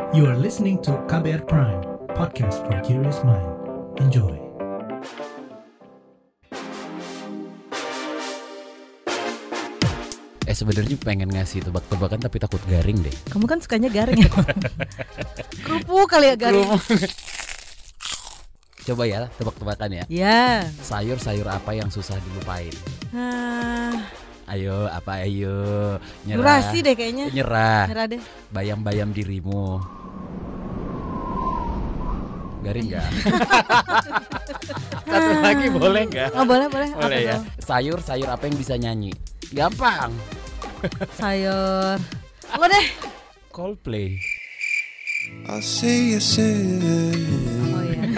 You are listening to KBR Prime, podcast for curious mind. Enjoy. Sebenarnya pengen ngasih tebak-tebakan tapi takut garing deh. Kamu kan sukanya garing ya? Kerupuk kali ya garing. Coba ya tebak-tebakan ya. Ya. Sayur-sayur apa yang susah dilupain? Ayo, apa ayo? Nyerah. Durasi deh kayaknya. Nyerah deh. Bayam-bayam dirimu. Garing nggak? Satu lagi boleh nggak? Oh, boleh. Boleh ya. Sayur-sayur apa yang bisa nyanyi? Gampang. Sayur. Apa deh? Coldplay. I'll see you soon. Oh iya.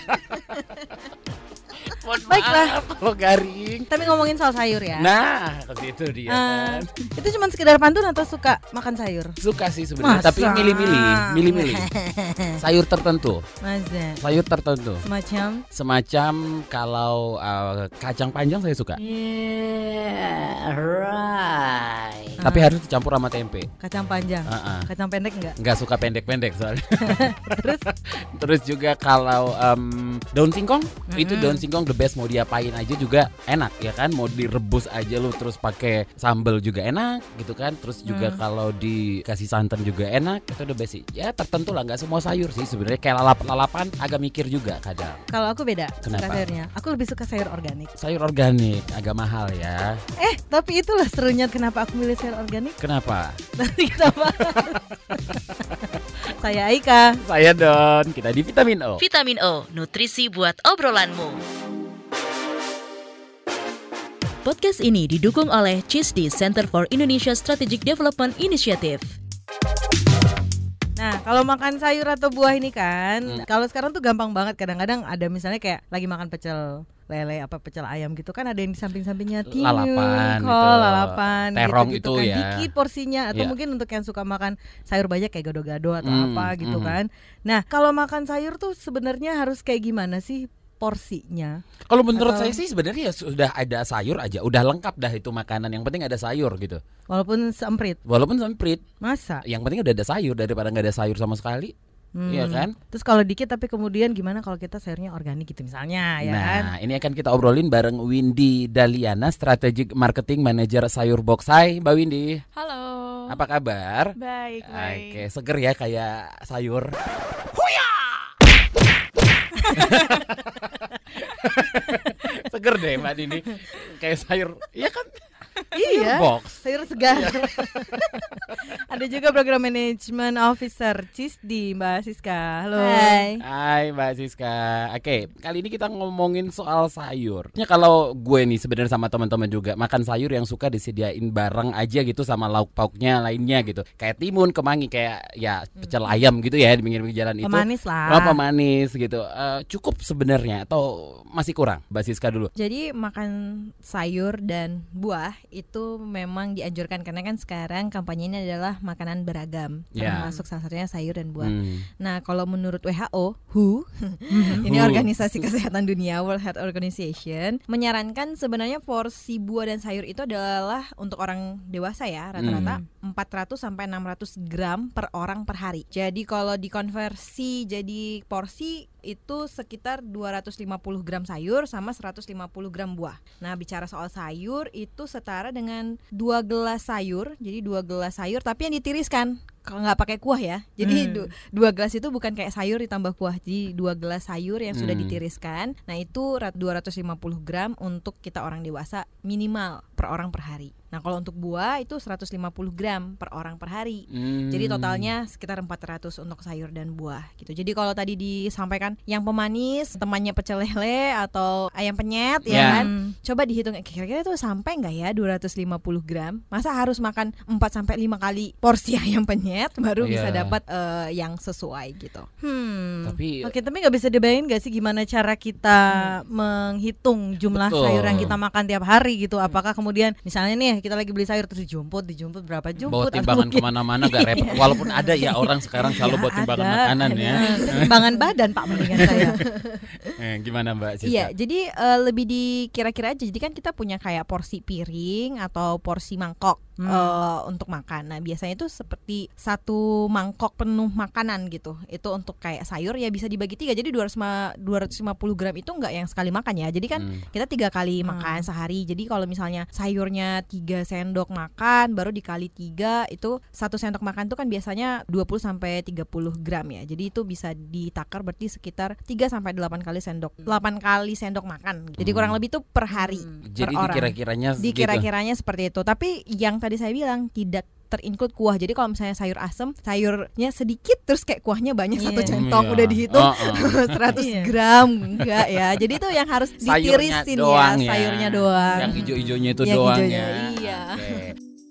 Baiklah. Kalau garing. Tapi ngomongin soal sayur ya. Nah, itu dia kan. Itu cuma sekedar pantun atau suka makan sayur? Suka sih sebenarnya, Masa? tapi milih-milih. Sayur tertentu. Masa? Sayur tertentu. Semacam kalau kacang panjang saya suka. Yeah, right. Tapi harus dicampur sama tempe. Kacang panjang. Kacang pendek enggak? Enggak suka pendek-pendek soalnya. Terus? Terus juga kalau daun singkong, itu daun singkong the best, mau diapain aja juga enak ya kan, mau direbus aja lu terus pakai sambal juga enak gitu kan. Terus juga kalau dikasih santan juga enak, itu the best sih. Ya tertentu lah, nggak semua sayur sih sebenarnya, kayak lalapan agak mikir juga kadang. Kalau aku beda. Kenapa? Suka sayurnya. Aku lebih suka sayur organik. Sayur organik agak mahal ya. Tapi itulah serunya kenapa aku milih sayur organik. Kenapa? Nanti kita bahas. Saya Aika. Saya Don. Kita di Vitamin O. Vitamin O, nutrisi buat obrolanmu. Podcast ini didukung oleh CISDI, Center for Indonesia Strategic Development Initiative. Nah, kalau makan sayur atau buah ini kan, kalau sekarang tuh gampang banget. Kadang-kadang ada misalnya kayak lagi makan pecel lele, pecel ayam gitu kan, ada yang di samping-sampingnya lalapan, terong gitu itu kan, ya. dikit porsinya. Atau mungkin untuk yang suka makan sayur banyak kayak gado-gado atau apa gitu kan. Nah, kalau makan sayur tuh sebenarnya harus kayak gimana sih porsinya? Kalau menurut saya sih sebenarnya sudah ada sayur aja, udah lengkap dah itu makanan. Yang penting ada sayur gitu. Walaupun semprit. Masa? Yang penting udah ada sayur daripada nggak ada sayur sama sekali. Iya kan? Terus kalau dikit tapi kemudian gimana kalau kita sayurnya organik gitu misalnya ya kan? Nah, ini akan kita obrolin bareng Windy Daliana, Strategic Marketing Manager Sayur Box. Hai Mbak Windy. Halo. Apa kabar? Baik. Oke, seger ya kayak sayur. Seger deh Mbak Dini, kayak sayur, iya kan? Iya, box. sayur segar. Ada juga program management officer CISDI, Mbak Siska. Halo. Hai Mbak Siska. Oke, kali ini kita ngomongin soal sayur. Ya, kalau gue nih sebenarnya sama teman-teman juga makan sayur yang suka disediain bareng aja gitu sama lauk pauknya lainnya gitu. Kayak timun, kemangi, kayak ya pecel ayam gitu ya di pinggir-pinggir jalan itu. Pemanis lah. Pemanis gitu. Cukup sebenarnya atau masih kurang? Mbak Siska dulu. Jadi makan sayur dan buah itu memang dianjurkan karena kan sekarang kampanyenya adalah makanan beragam, termasuk salah satunya sayur dan buah. Nah, kalau menurut WHO, ini Organisasi Kesehatan Dunia, World Health Organization, menyarankan sebenarnya porsi buah dan sayur itu adalah untuk orang dewasa ya, rata-rata 400 sampai 600 gram per orang per hari. Jadi kalau dikonversi jadi porsi itu sekitar 250 gram sayur sama 150 gram buah. Nah, bicara soal sayur itu setara dengan 2 gelas sayur. Jadi 2 gelas sayur tapi yang ditiriskan. Kalau nggak pakai kuah ya. Jadi 2 gelas itu bukan kayak sayur ditambah kuah. Jadi 2 gelas sayur yang sudah ditiriskan. Nah, itu 250 gram untuk kita orang dewasa minimal per orang per hari. Nah, kalau untuk buah itu 150 gram per orang per hari. Jadi totalnya sekitar 400 untuk sayur dan buah gitu. Jadi kalau tadi disampaikan yang pemanis, temannya pecel lele atau ayam penyet ya kan. Coba dihitung kira-kira itu sampai enggak ya 250 gram? Masa harus makan 4 sampai 5 kali porsi ayam penyet baru bisa dapat yang sesuai gitu. Tapi nggak bisa dibayangin nggak sih gimana cara kita menghitung jumlah sayur yang kita makan tiap hari gitu? Apakah kemudian misalnya nih kita lagi beli sayur terus dijemput berapa bawa jemput? timbangan kemana-mana gak repot. Walaupun ada ya orang sekarang selalu bawa timbangan makanan ya. Timbangan badan Pak mendingan saya. Gimana Mbak Siska? Iya, jadi lebih dikira-kira aja. Jadi kan kita punya kayak porsi piring atau porsi mangkok. untuk makan. Nah biasanya itu seperti satu mangkok penuh makanan gitu. Itu untuk kayak sayur ya bisa dibagi 3. Jadi 250 gram itu nggak yang sekali makan ya. Jadi kan kita 3 kali makan sehari. Jadi kalau misalnya sayurnya 3 sendok makan baru dikali 3 itu 1 sendok makan itu kan biasanya 20-30 gram ya. Jadi itu bisa ditakar berarti sekitar 3-8 kali sendok 8 kali sendok makan. Jadi kurang lebih itu per hari Jadi per orang. dikira-kiranya Seperti itu. Tapi yang tadi saya bilang tidak terinclude kuah. Jadi kalau misalnya sayur asem, sayurnya sedikit terus kayak kuahnya banyak 1 centong udah dihitung 100 gram enggak ya. Jadi itu yang harus ditirisin ya, sayurnya doang. Yang hijau-hijaunya itu yang doang hijaunya, ya. iya. Okay.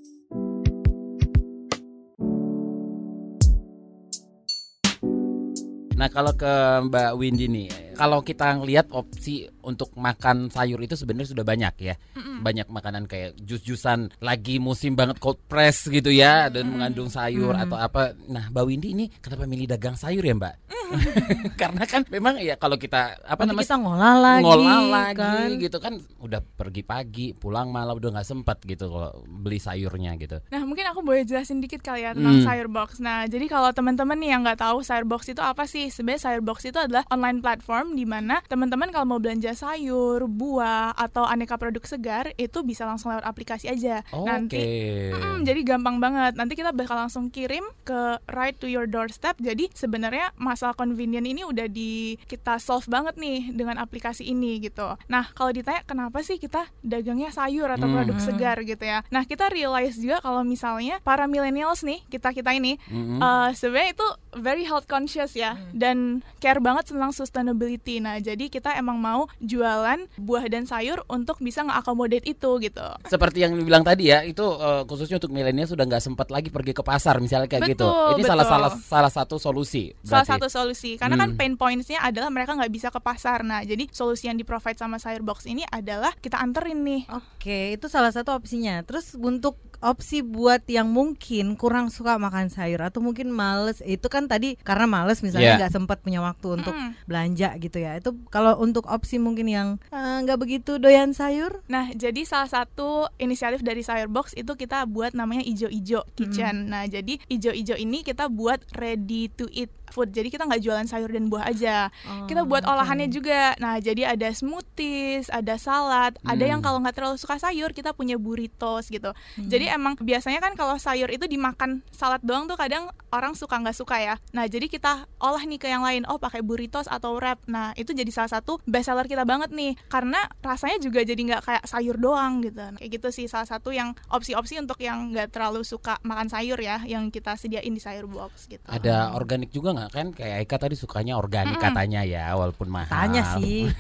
Nah kalau ke Mbak Windy nih, kalau kita ngelihat opsi untuk makan sayur itu sebenarnya sudah banyak ya. Banyak makanan kayak jus-jusan lagi musim banget cold press gitu ya, dan mengandung sayur atau apa. Nah Mbak Windy ini kenapa milih dagang sayur ya Mbak? Karena kan memang ya kalau kita kita ngolah lagi kan? Gitu kan udah pergi pagi pulang malam udah nggak sempat gitu kalau beli sayurnya gitu. Nah mungkin aku boleh jelasin dikit kali ya tentang sayur box. Nah jadi kalau teman-teman nih yang nggak tahu sayur box itu apa sih, sebenarnya sayur box itu adalah online platform di mana teman-teman kalau mau belanja sayur, buah atau aneka produk segar itu bisa langsung lewat aplikasi aja. Nanti jadi gampang banget. Nanti kita bakal langsung kirim ke right to your doorstep. Jadi sebenarnya masalah convenient ini udah kita solve banget nih dengan aplikasi ini gitu. Nah kalau ditanya kenapa sih kita dagangnya sayur atau produk segar gitu ya. Nah kita realize juga kalau misalnya para millennials nih kita ini sebenarnya itu very health conscious ya dan care banget tentang sustainability. Nah jadi kita emang mau jualan buah dan sayur untuk bisa nge-accommodate itu gitu. Seperti yang dibilang tadi ya, itu khususnya untuk milenial sudah nggak sempat lagi pergi ke pasar misalnya kayak gitu. Ini salah satu solusi. Berarti. Salah satu solusi karena kan pain points-nya adalah mereka nggak bisa ke pasar. Nah jadi solusi yang di-provide sama sayur box ini adalah kita anterin nih. Oke, itu salah satu opsinya. Terus untuk opsi buat yang mungkin kurang suka makan sayur atau mungkin males, itu kan tadi karena males misalnya nggak sempat punya waktu untuk belanja gitu ya. Itu kalau untuk opsi mungkin yang nggak begitu doyan sayur. Nah jadi salah satu inisiatif dari sayur box itu kita buat namanya Ijo-Ijo Kitchen. Nah jadi Ijo-Ijo ini kita buat ready to eat food. Jadi kita nggak jualan sayur dan buah aja. Kita buat olahannya juga. Nah jadi ada smoothies, ada salad, ada yang kalau nggak terlalu suka sayur kita punya burritos gitu. Jadi emang biasanya kan kalau sayur itu dimakan salad doang tuh kadang orang suka nggak suka ya. Nah jadi kita olah nih ke yang lain. Pakai burritos atau wrap. Nah itu jadi salah satu best seller kita banget nih. Karena rasanya juga jadi nggak kayak sayur doang gitu. Kayak gitu sih salah satu yang opsi-opsi untuk yang nggak terlalu suka makan sayur ya, yang kita sediain di sayur box gitu. Ada organik juga nggak kan? Kayak Eka tadi sukanya organik katanya ya, walaupun mahal. Tanya sih.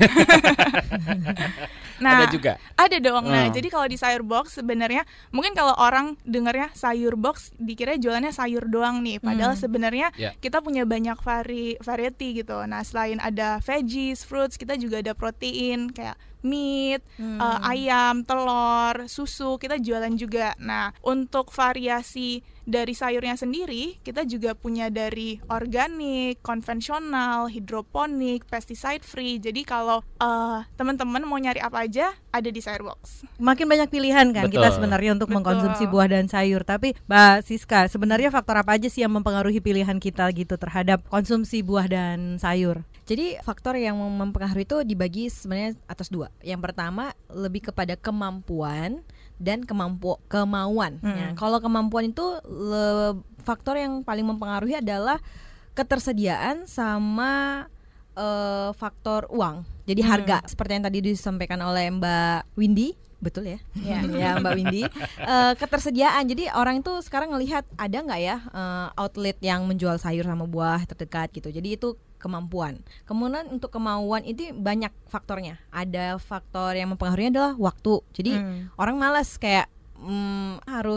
Nah, ada juga. Ada dong. Nah, jadi kalau di sayur box sebenarnya mungkin kalau orang dengarnya sayur box dikira jualannya sayur doang nih. Padahal sebenarnya kita punya banyak variety gitu. Nah, selain ada veggies, fruits, kita juga ada protein kayak meat, ayam, telur, susu, kita jualan juga. Nah, untuk variasi dari sayurnya sendiri, kita juga punya dari organik, konvensional, hidroponik, pesticide free. Jadi kalau teman-teman mau nyari apa aja, ada di sayur box. Makin banyak pilihan kan kita sebenarnya untuk mengkonsumsi buah dan sayur. Tapi Mbak Siska, sebenarnya faktor apa aja sih yang mempengaruhi pilihan kita gitu terhadap konsumsi buah dan sayur? Jadi faktor yang mempengaruhi itu dibagi sebenarnya atas 2. Yang pertama lebih kepada kemampuan dan kemauan. Ya, kalau kemampuan itu faktor yang paling mempengaruhi adalah ketersediaan sama faktor uang. Jadi harga seperti yang tadi disampaikan oleh Mbak Windy. Betul ya? Ya Mbak Windy. Ketersediaan. Jadi orang itu sekarang ngelihat ada nggak ya outlet yang menjual sayur sama buah terdekat gitu. Jadi itu kemampuan. Kemudian untuk kemauan itu banyak faktornya. Ada faktor yang mempengaruhi adalah waktu. Jadi orang malas kayak harus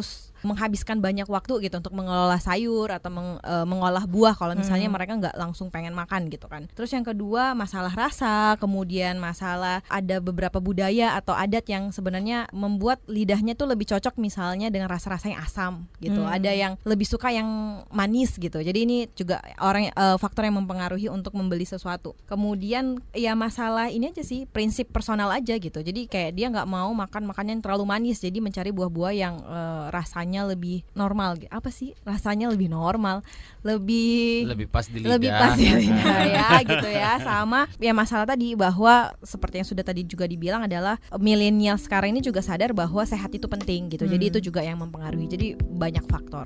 menghabiskan banyak waktu gitu untuk mengelola sayur atau mengolah buah kalau misalnya mereka nggak langsung pengen makan gitu kan. Terus yang kedua masalah rasa, kemudian masalah ada beberapa budaya atau adat yang sebenarnya membuat lidahnya tuh lebih cocok misalnya dengan rasa-rasa yang asam gitu. Ada yang lebih suka yang manis gitu. Jadi ini juga faktor yang mempengaruhi untuk membeli sesuatu. Kemudian ya masalah ini aja sih, prinsip personal aja gitu. Jadi kayak dia nggak mau makan makanan yang terlalu manis, jadi mencari buah-buah yang rasanya lebih normal. Apa sih rasanya lebih normal, lebih pas di lidah, lebih pas di lidah ya gitu ya. Sama ya masalah tadi bahwa seperti yang sudah tadi juga dibilang adalah milenial sekarang ini juga sadar bahwa sehat itu penting gitu. Jadi itu juga yang mempengaruhi. Jadi banyak faktor.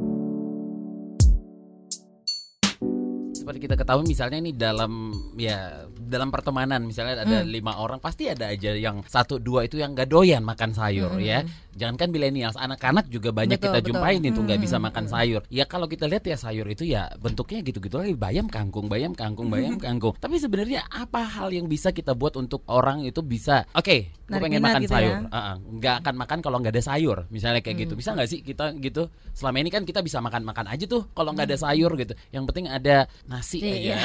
Seperti kita ketahui misalnya ini dalam pertemanan misalnya ada 5 orang, pasti ada aja yang 1-2 itu yang gak doyan makan sayur ya. Jangankan milenials, anak-anak juga banyak kita jumpain itu nggak bisa makan sayur. Ya kalau kita lihat ya sayur itu ya bentuknya gitu-gitu lagi, bayam kangkung. Tapi sebenarnya apa hal yang bisa kita buat untuk orang itu bisa gue pengen makan gitu sayur, nggak akan makan kalau nggak ada sayur, misalnya kayak gitu. Bisa nggak sih kita gitu? Selama ini kan kita bisa makan aja tuh kalau nggak ada sayur gitu. Yang penting ada nasi aja.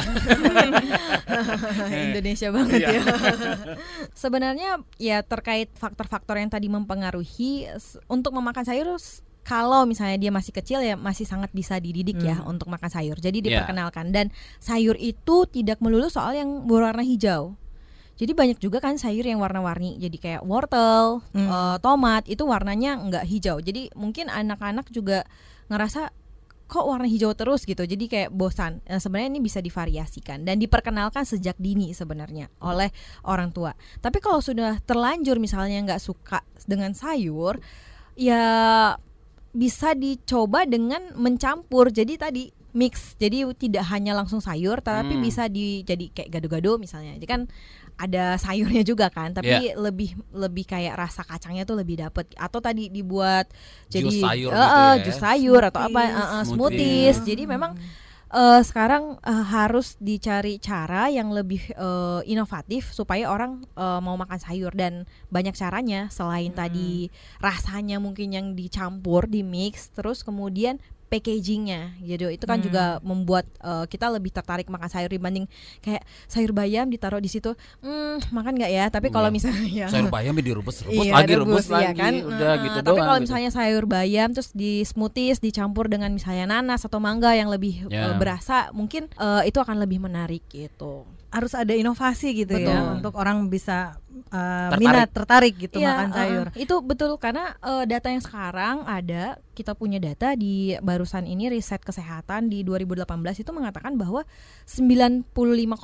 Indonesia banget ya. Sebenarnya ya terkait faktor-faktor yang tadi mempengaruhi untuk memakan sayur, kalau misalnya dia masih kecil ya masih sangat bisa dididik ya untuk makan sayur. Jadi diperkenalkan. Dan sayur itu tidak melulu soal yang berwarna hijau. Jadi banyak juga kan sayur yang warna-warni. Jadi kayak wortel, tomat itu warnanya nggak hijau. Jadi mungkin anak-anak juga ngerasa kok warna hijau terus gitu, jadi kayak bosan. Sebenarnya ini bisa divariasikan dan diperkenalkan sejak dini sebenarnya oleh orang tua. Tapi kalau sudah terlanjur misalnya nggak suka dengan sayur, ya bisa dicoba dengan mencampur. Jadi tadi mix, jadi tidak hanya langsung sayur, tapi bisa jadi kayak gado-gado misalnya. Jadi kan ada sayurnya juga kan, tapi lebih kayak rasa kacangnya tuh lebih dapet. Atau tadi dibuat jadi jus sayur, jus sayur atau smoothies. Jadi memang sekarang harus dicari cara yang lebih inovatif supaya orang mau makan sayur, dan banyak caranya selain tadi rasanya mungkin yang dicampur, di mix, terus kemudian packagingnya gitu, itu kan juga membuat kita lebih tertarik makan sayur dibanding kayak sayur bayam ditaruh di situ, makan nggak ya? Tapi kalau misalnya sayur bayam direbus rebus lagi kan? Udah gitu doang. Tapi kalau gitu. Misalnya sayur bayam terus di smoothies dicampur dengan misalnya nanas atau mangga yang lebih berasa, mungkin itu akan lebih menarik gitu. Harus ada inovasi gitu ya untuk orang bisa tertarik gitu makan sayur. Itu betul, karena data yang sekarang ada, kita punya data di barusan ini riset kesehatan di 2018 itu mengatakan bahwa 95,4%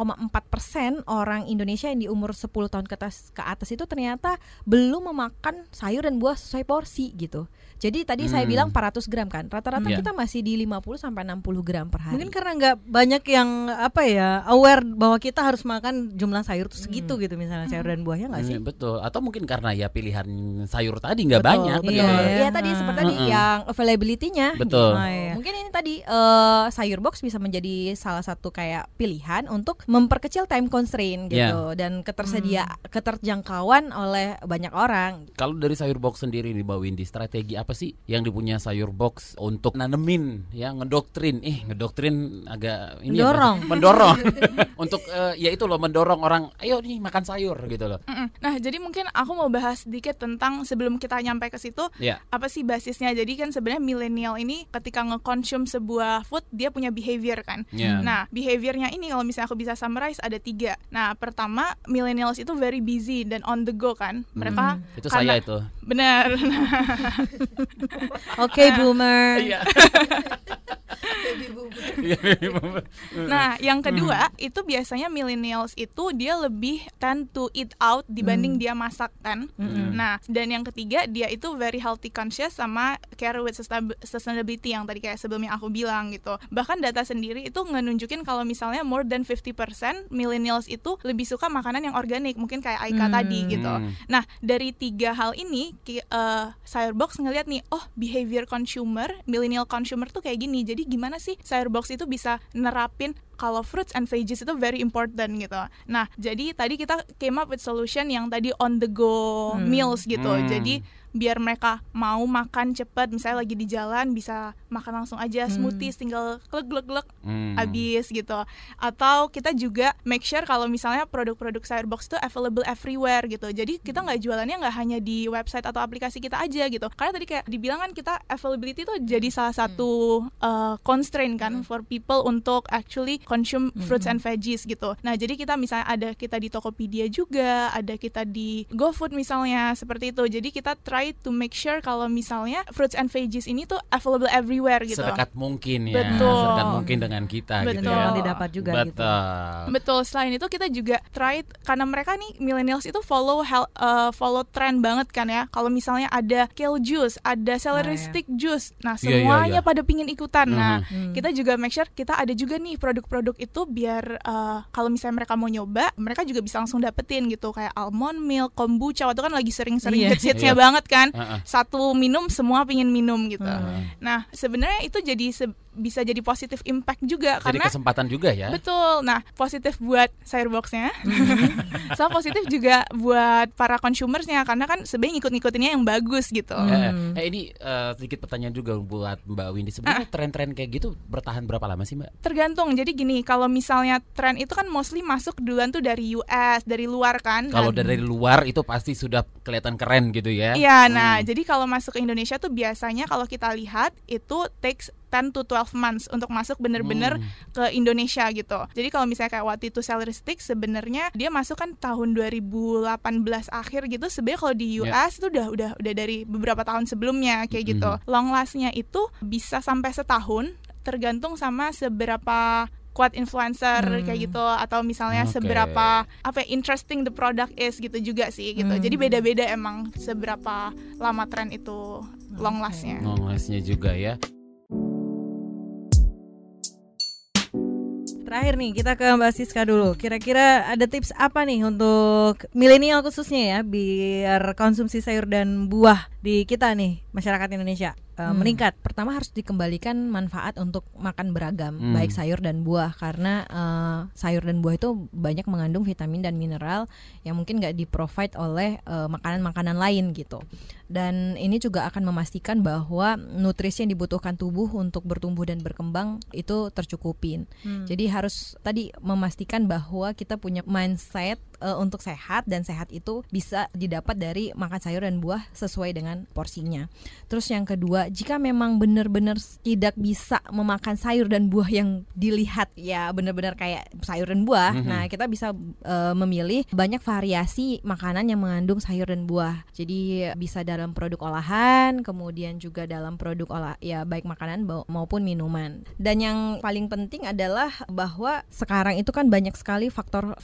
orang Indonesia yang di umur 10 tahun ke atas itu ternyata belum memakan sayur dan buah sesuai porsi gitu. Jadi tadi saya bilang 400 gram kan, rata-rata kita masih di 50 sampai 60 gram per hari. Mungkin karena nggak banyak yang aware bahwa kita harus makan jumlah sayur tuh segitu gitu, misalnya sayur dan buahnya nggak sih? Betul. Atau mungkin karena ya pilihan sayur tadi nggak banyak. Betul. Iya tadi seperti tadi yang availability-nya. Betul. Mungkin ini tadi sayur box bisa menjadi salah satu kayak pilihan untuk memperkecil time constraint gitu dan keterjangkauan oleh banyak orang. Kalau dari sayur box sendiri nih Mbak Windy, strategi apa sih yang dipunya sayur box untuk nanemin ya, ngedoktrin agak ini mendorong untuk ya itu loh, mendorong orang ayo nih makan sayur gitu loh. Nah, jadi mungkin aku mau bahas sedikit tentang sebelum kita nyampe ke situ, apa sih basisnya. Jadi kan sebenarnya milenial ini ketika nge-consume sebuah food dia punya behavior kan. Nah, behaviornya ini kalau misalnya aku bisa summarize ada 3. Nah, pertama, millennials itu very busy dan on the go kan. Mereka itu saya itu. Benar. Oke, boomer. Nah, yang kedua itu biasanya millennials itu dia lebih tend to eat out dibanding dia masak kan. Nah, dan yang ketiga dia itu very healthy conscious sama care with sustainability yang tadi kayak sebelumnya aku bilang gitu. Bahkan data sendiri itu ngenunjukin kalau misalnya more than 50% millennials itu lebih suka makanan yang organik, mungkin kayak Aika tadi gitu. Nah, dari 3 hal ini Sayurbox ngelihat nih, oh behavior consumer, millennial consumer tuh kayak gini. Jadi gimana sih Sayurbox itu bisa nerapin kalau fruits and veggies itu very important gitu. Nah, jadi tadi kita came up with solution yang tadi on the go meals gitu. Jadi biar mereka mau makan cepet, misalnya lagi di jalan bisa makan langsung aja, smoothies tinggal glek habis gitu. Atau kita juga make sure kalau misalnya produk-produk sayur box itu available everywhere gitu. Jadi kita nggak jualannya nggak hanya di website atau aplikasi kita aja gitu. Karena tadi kayak dibilang kan kita availability itu jadi salah satu constraint kan for people untuk actually consume fruits and veggies gitu. Nah, jadi kita misalnya ada kita di Tokopedia juga, ada kita di GoFood misalnya, seperti itu. Jadi kita try to make sure kalau misalnya fruits and veggies ini tuh available everywhere gitu. Sedekat mungkin ya. Betul. Sedekat mungkin dengan kita Betul. gitu ya. Didapat juga gitu. Betul. Selain itu kita juga try, karena mereka nih millennials itu follow trend banget kan ya. Kalau misalnya ada kale juice, ada celery stick juice. Nah, semuanya pada pingin ikutan. Nah, kita juga make sure kita ada juga nih produk-produk itu biar kalau misalnya mereka mau nyoba, mereka juga bisa langsung dapetin gitu, kayak almond milk, kombucha, itu kan lagi sering-sering hits-hitsnya banget kan. Satu minum semua pingin minum gitu. Nah, sebenarnya itu jadi bisa jadi positive impact juga, jadi karena kesempatan juga ya. Betul. Nah, positif buat sayur boxnya, sama positif juga buat para consumersnya, karena kan sebenarnya ngikut-ngikutinnya yang bagus gitu. Ini sedikit pertanyaan juga buat Mbak Windy. Sebenarnya tren-tren kayak gitu bertahan berapa lama sih, Mbak? Tergantung. Jadi gini, kalau misalnya tren itu kan mostly masuk duluan tuh dari US, dari luar kan. Kalau dari luar itu pasti sudah kelihatan keren gitu ya. Iya, nah jadi kalau masuk ke Indonesia tuh biasanya kalau kita lihat itu takes 10 to 12 months untuk masuk bener-bener ke Indonesia gitu. Jadi kalau misalnya kayak waktu itu celery stick, sebenarnya dia masuk kan tahun 2018 akhir gitu. Sebenarnya kalau di US itu udah dari beberapa tahun sebelumnya kayak gitu. Long lastnya itu bisa sampai setahun, tergantung sama seberapa kuat influencer kayak gitu, atau misalnya seberapa interesting the product is gitu juga sih gitu. Jadi beda-beda emang seberapa lama tren itu long lastnya. Long lastnya juga ya. Terakhir nih kita ke Mbak Siska dulu. Kira-kira ada tips apa nih untuk milenial khususnya ya, biar konsumsi sayur dan buah di kita nih masyarakat Indonesia meningkat? Pertama harus dikembalikan manfaat untuk makan beragam, baik sayur dan buah, karena sayur dan buah itu banyak mengandung vitamin dan mineral yang mungkin nggak di-provide oleh makanan-makanan lain gitu. Dan ini juga akan memastikan bahwa nutrisi yang dibutuhkan tubuh untuk bertumbuh dan berkembang itu tercukupin. Jadi harus tadi memastikan bahwa kita punya mindset untuk sehat, dan sehat itu bisa didapat dari makan sayur dan buah sesuai dengan porsinya. Terus yang kedua, jika memang benar-benar tidak bisa memakan sayur dan buah yang dilihat ya benar-benar kayak sayur dan buah, nah kita bisa memilih banyak variasi makanan yang mengandung sayur dan buah. Jadi bisa dalam produk olahan, kemudian juga dalam produk baik makanan maupun minuman. Dan yang paling penting adalah bahwa sekarang itu kan banyak sekali faktor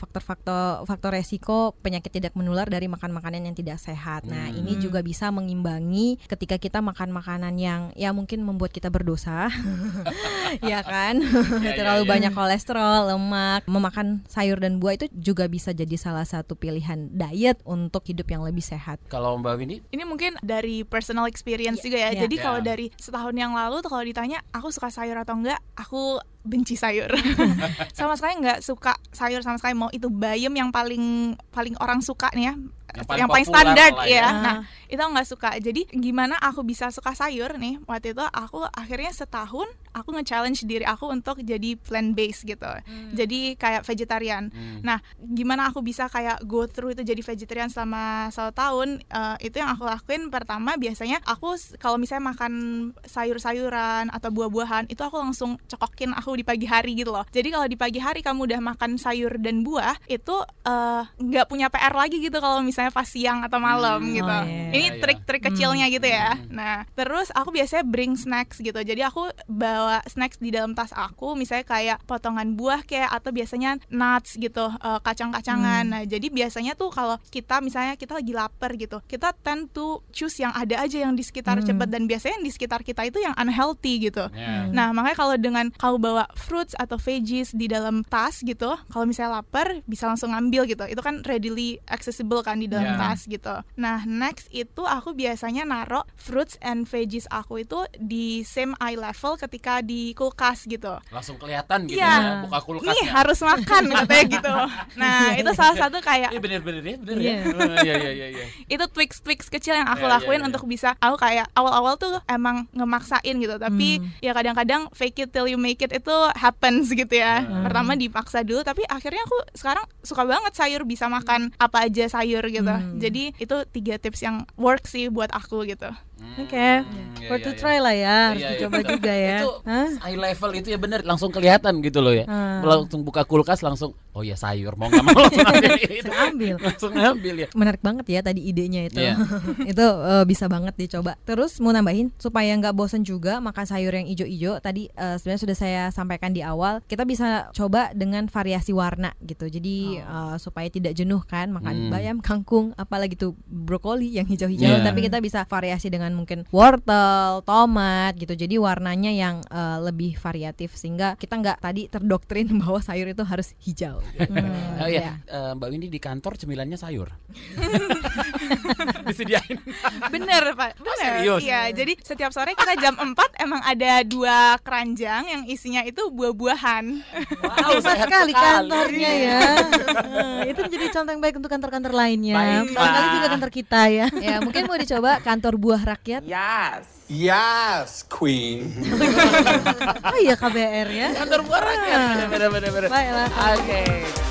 resiko penyakit tidak menular dari makan makanan yang tidak sehat. Nah, ini juga bisa mengimbangi ketika kita makan makanan yang ya mungkin membuat kita berdosa. Ya kan? Terlalu banyak kolesterol, lemak. Memakan sayur dan buah itu juga bisa jadi salah satu pilihan diet untuk hidup yang lebih sehat. Kalau Mbak Windy? Ini mungkin dari personal experience juga ya. Jadi kalau dari setahun yang lalu tuh kalau ditanya aku suka sayur atau enggak, aku benci sayur. Sama sekali nggak suka sayur sama sekali, mau itu bayam yang paling orang suka nih ya, yang paling standar ya. Nah, itu nggak suka. Jadi gimana aku bisa suka sayur nih? Waktu itu aku akhirnya setahun aku nge-challenge diri aku untuk jadi plant based gitu. Jadi kayak vegetarian. Nah, gimana aku bisa kayak go through itu jadi vegetarian selama 1 tahun? Itu yang aku lakuin. Pertama biasanya aku kalau misalnya makan sayur-sayuran atau buah-buahan itu aku langsung cekokin aku di pagi hari gitu loh. Jadi kalau di pagi hari kamu udah makan sayur dan buah itu nggak punya PR lagi gitu kalau misalnya pas siang atau malam gitu. Ini trik-trik kecilnya gitu ya. Nah, terus aku biasanya bring snacks gitu. Jadi aku bawa snacks di dalam tas aku, misalnya kayak potongan buah kayak, atau biasanya nuts gitu, kacang-kacangan. Nah, jadi biasanya tuh kalau kita misalnya kita lagi lapar gitu, kita tend to choose yang ada aja yang di sekitar cepet, dan biasanya yang di sekitar kita itu yang unhealthy gitu. Nah, makanya kalau dengan kamu bawa fruits atau veggies di dalam tas gitu, kalau misalnya lapar bisa langsung ngambil gitu. Itu kan readily accessible kan di dalam tas gitu. Nah next itu aku biasanya naruh fruits and veggies aku itu di same eye level ketika di kulkas gitu. Langsung kelihatan gitu ya buka kulkasnya. Nih harus makan katanya gitu. Nah itu salah satu kayak bener ya. Iya. Itu tweaks kecil yang aku lakuin untuk bisa aku kayak awal-awal tuh emang ngemaksain gitu. Tapi ya kadang-kadang fake it till you make it itu happens gitu ya. Pertama dipaksa dulu, tapi akhirnya aku sekarang suka banget sayur, bisa makan apa aja sayur gitu. Jadi itu 3 tips yang work sih buat aku gitu. Oke, for to try lah ya, harus dicoba juga ya. Itu high level itu ya bener, langsung kelihatan gitu loh ya. Langsung buka kulkas langsung, oh ya sayur, mau nggak mau langsung ambil ya. Menarik banget ya tadi idenya itu. Itu bisa banget dicoba. Terus mau nambahin supaya nggak bosen juga makan sayur yang ijo-ijo. Tadi sebenarnya sudah saya sampaikan di awal, kita bisa coba dengan variasi warna gitu. Jadi supaya tidak jenuh kan makan bayam, kangkung, apalagi tuh brokoli yang hijau-hijau. Tapi kita bisa variasi dengan mungkin wortel, tomat gitu. Jadi warnanya yang lebih variatif sehingga kita nggak tadi terdoktrin bahwa sayur itu harus hijau. Oh iya, Mbak Windy di kantor cemilannya sayur. Disediain. Bener Pak, bener. Iya, jadi setiap sore kita jam 4 emang ada 2 keranjang yang isinya itu buah-buahan. Wow, sehat sekali kantornya ya. Itu menjadi contoh yang baik untuk kantor-kantor lainnya. Barangkali juga kantor kita ya. Ya mungkin mau dicoba kantor buah rakyat. Yes, Queen. Oh iya KBR ya. Kantor buah rakyat. Bener. Baiklah. Oke.